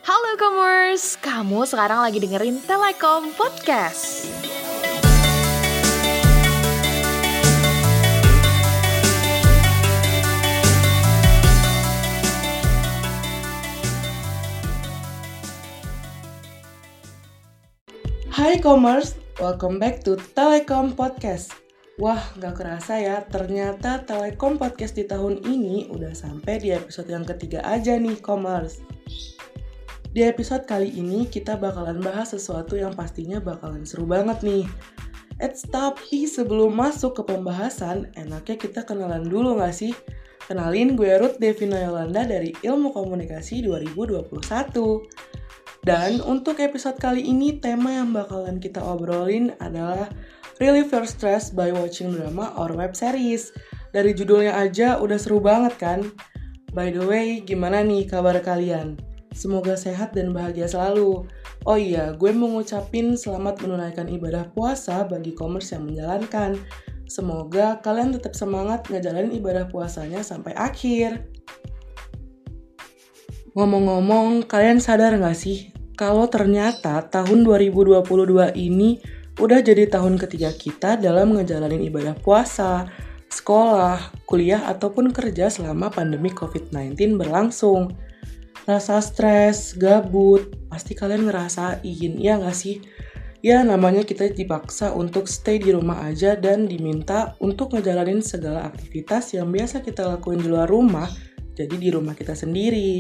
Halo Commerce, kamu sekarang lagi dengerin Telekom Podcast. Hai Commerce, welcome back to Telekom Podcast. Wah, gak kerasa ya, ternyata Telekom Podcast di tahun ini udah sampai di episode yang ketiga aja nih Commerce. Di episode kali ini kita bakalan bahas sesuatu yang pastinya bakalan seru banget nih. Tapi sebelum masuk ke pembahasan, enaknya kita kenalan dulu gak sih? Kenalin, gue Ruth Devina Yolanda dari Ilmu Komunikasi 2021. Dan untuk episode kali ini, tema yang bakalan kita obrolin adalah Relieve Your Stress by Watching Drama or Web Series. Dari judulnya aja udah seru banget kan? By the way, gimana nih kabar kalian? Semoga sehat dan bahagia selalu. Oh iya, gue mau ngucapin selamat menunaikan ibadah puasa bagi Commerce yang menjalankan. Semoga kalian tetap semangat ngejalanin ibadah puasanya sampai akhir. Ngomong-ngomong, kalian sadar gak sih kalau ternyata tahun 2022 ini udah jadi tahun ketiga kita dalam ngejalanin ibadah puasa, sekolah, kuliah, ataupun kerja selama pandemi COVID-19 berlangsung. Rasa stres, gabut, pasti kalian ngerasain, ya gak sih? Ya namanya kita dipaksa untuk stay di rumah aja dan diminta untuk ngejalanin segala aktivitas yang biasa kita lakuin di luar rumah, jadi di rumah kita sendiri.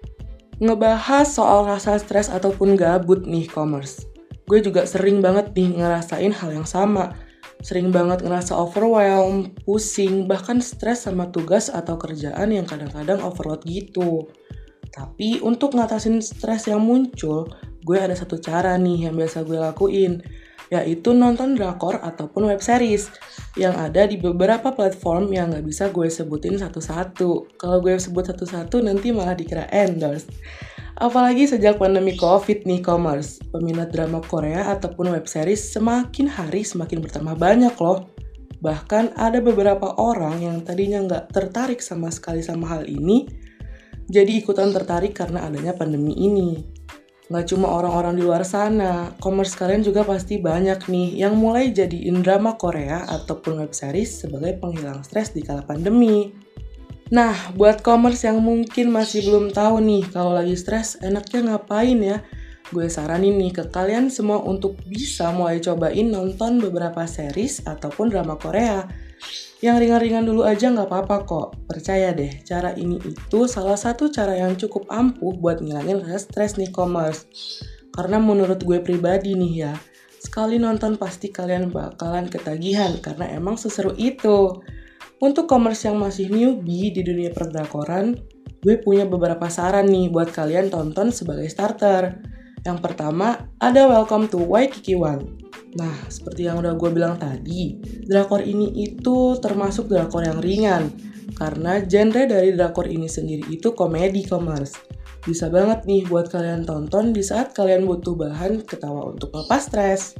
Ngebahas soal rasa stres ataupun gabut nih Commerce. Gue juga sering banget nih ngerasain hal yang sama. Sering banget ngerasa overwhelmed, pusing, bahkan stres sama tugas atau kerjaan yang kadang-kadang overload gitu. Tapi untuk ngatasin stres yang muncul, gue ada satu cara nih yang biasa gue lakuin, yaitu nonton drakor ataupun web series yang ada di beberapa platform yang gak bisa gue sebutin satu-satu. Kalau gue sebut satu-satu nanti malah dikira endorse. Apalagi sejak pandemi COVID nih Commerce, peminat drama Korea ataupun web series semakin hari semakin bertambah banyak loh. Bahkan ada beberapa orang yang tadinya gak tertarik sama sekali sama hal ini, jadi ikutan tertarik karena adanya pandemi ini. Gak cuma orang-orang di luar sana, Commerce kalian juga pasti banyak nih yang mulai jadiin drama Korea ataupun web series sebagai penghilang stres di kala pandemi. Nah, buat Commerce yang mungkin masih belum tahu nih kalau lagi stres enaknya ngapain ya? Gue saranin nih ke kalian semua untuk bisa mulai cobain nonton beberapa series ataupun drama Korea. Yang ringan-ringan dulu aja gak apa-apa kok. Percaya deh, cara ini itu salah satu cara yang cukup ampuh buat ngilangin rasa stres nih Commerce. Karena menurut gue pribadi nih ya, sekali nonton pasti kalian bakalan ketagihan karena emang seseru itu. Untuk Commerce yang masih newbie di dunia perdrakoran, gue punya beberapa saran nih buat kalian tonton sebagai starter. Yang pertama, ada Welcome to Waikiki One. Nah, seperti yang udah gue bilang tadi, drakor ini itu termasuk drakor yang ringan. Karena genre dari drakor ini sendiri itu komedi Commerce. Bisa banget nih buat kalian tonton di saat kalian butuh bahan ketawa untuk lepas stres.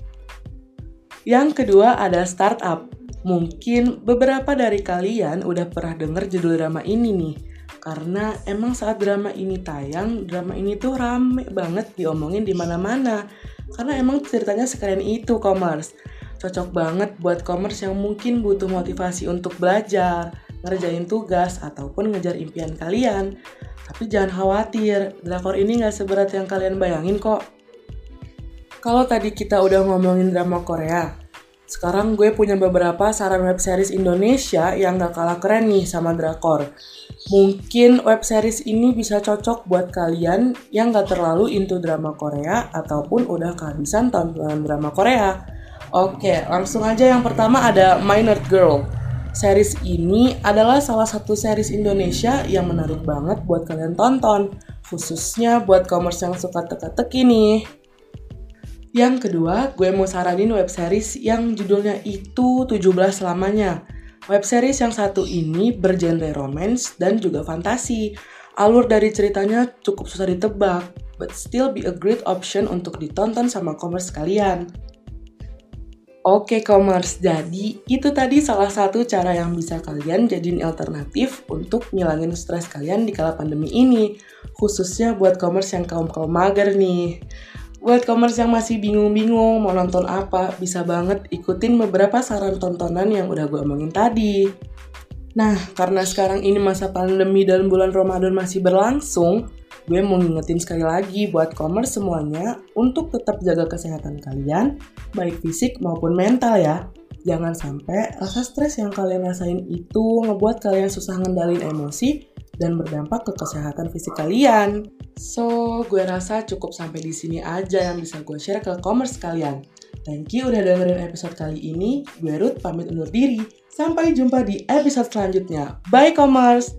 Yang kedua ada Startup. Mungkin beberapa dari kalian udah pernah denger judul drama ini nih. Karena emang saat drama ini tayang, drama ini tuh rame banget diomongin di mana-mana. Karena emang ceritanya sekeren itu Commerce. Cocok banget buat Commerce yang mungkin butuh motivasi untuk belajar, ngerjain tugas, ataupun ngejar impian kalian. Tapi jangan khawatir, drakor ini gak seberat yang kalian bayangin kok. Kalau tadi kita udah ngomongin drama Korea, sekarang gue punya beberapa saran web series Indonesia yang gak kalah keren nih sama drakor. Mungkin web series ini bisa cocok buat kalian yang gak terlalu into drama Korea ataupun udah kehabisan tontonan drama Korea. Oke, langsung aja yang pertama ada My Nerd Girl. Series ini adalah salah satu series Indonesia yang menarik banget buat kalian tonton, khususnya buat Commerce yang suka teka-teki nih. Yang kedua, gue mau saranin web series yang judulnya itu 17 lamanya. Web series yang satu ini bergenre romance dan juga fantasi. Alur dari ceritanya cukup susah ditebak, but still be a great option untuk ditonton sama Commerce kalian. Oke commerce, jadi itu tadi salah satu cara yang bisa kalian jadiin alternatif untuk ngilangin stres kalian di kala pandemi ini. Khususnya buat commerce yang kaum-kaum mager nih. Buat commerce yang masih bingung-bingung mau nonton apa, bisa banget ikutin beberapa saran tontonan yang udah gue omongin tadi. Nah, karena sekarang ini masa pandemi dan bulan Ramadan masih berlangsung, gue mau ngingetin sekali lagi buat commerce semuanya untuk tetap jaga kesehatan kalian, baik fisik maupun mental ya. Jangan sampai rasa stres yang kalian rasain itu ngebuat kalian susah ngendalin emosi dan berdampak ke kesehatan fisik kalian. So, gue rasa cukup sampai di sini aja yang bisa gue share ke commerce kalian. Thank you udah dengerin episode kali ini. Gue Ruth pamit undur diri. Sampai jumpa di episode selanjutnya. Bye commerce!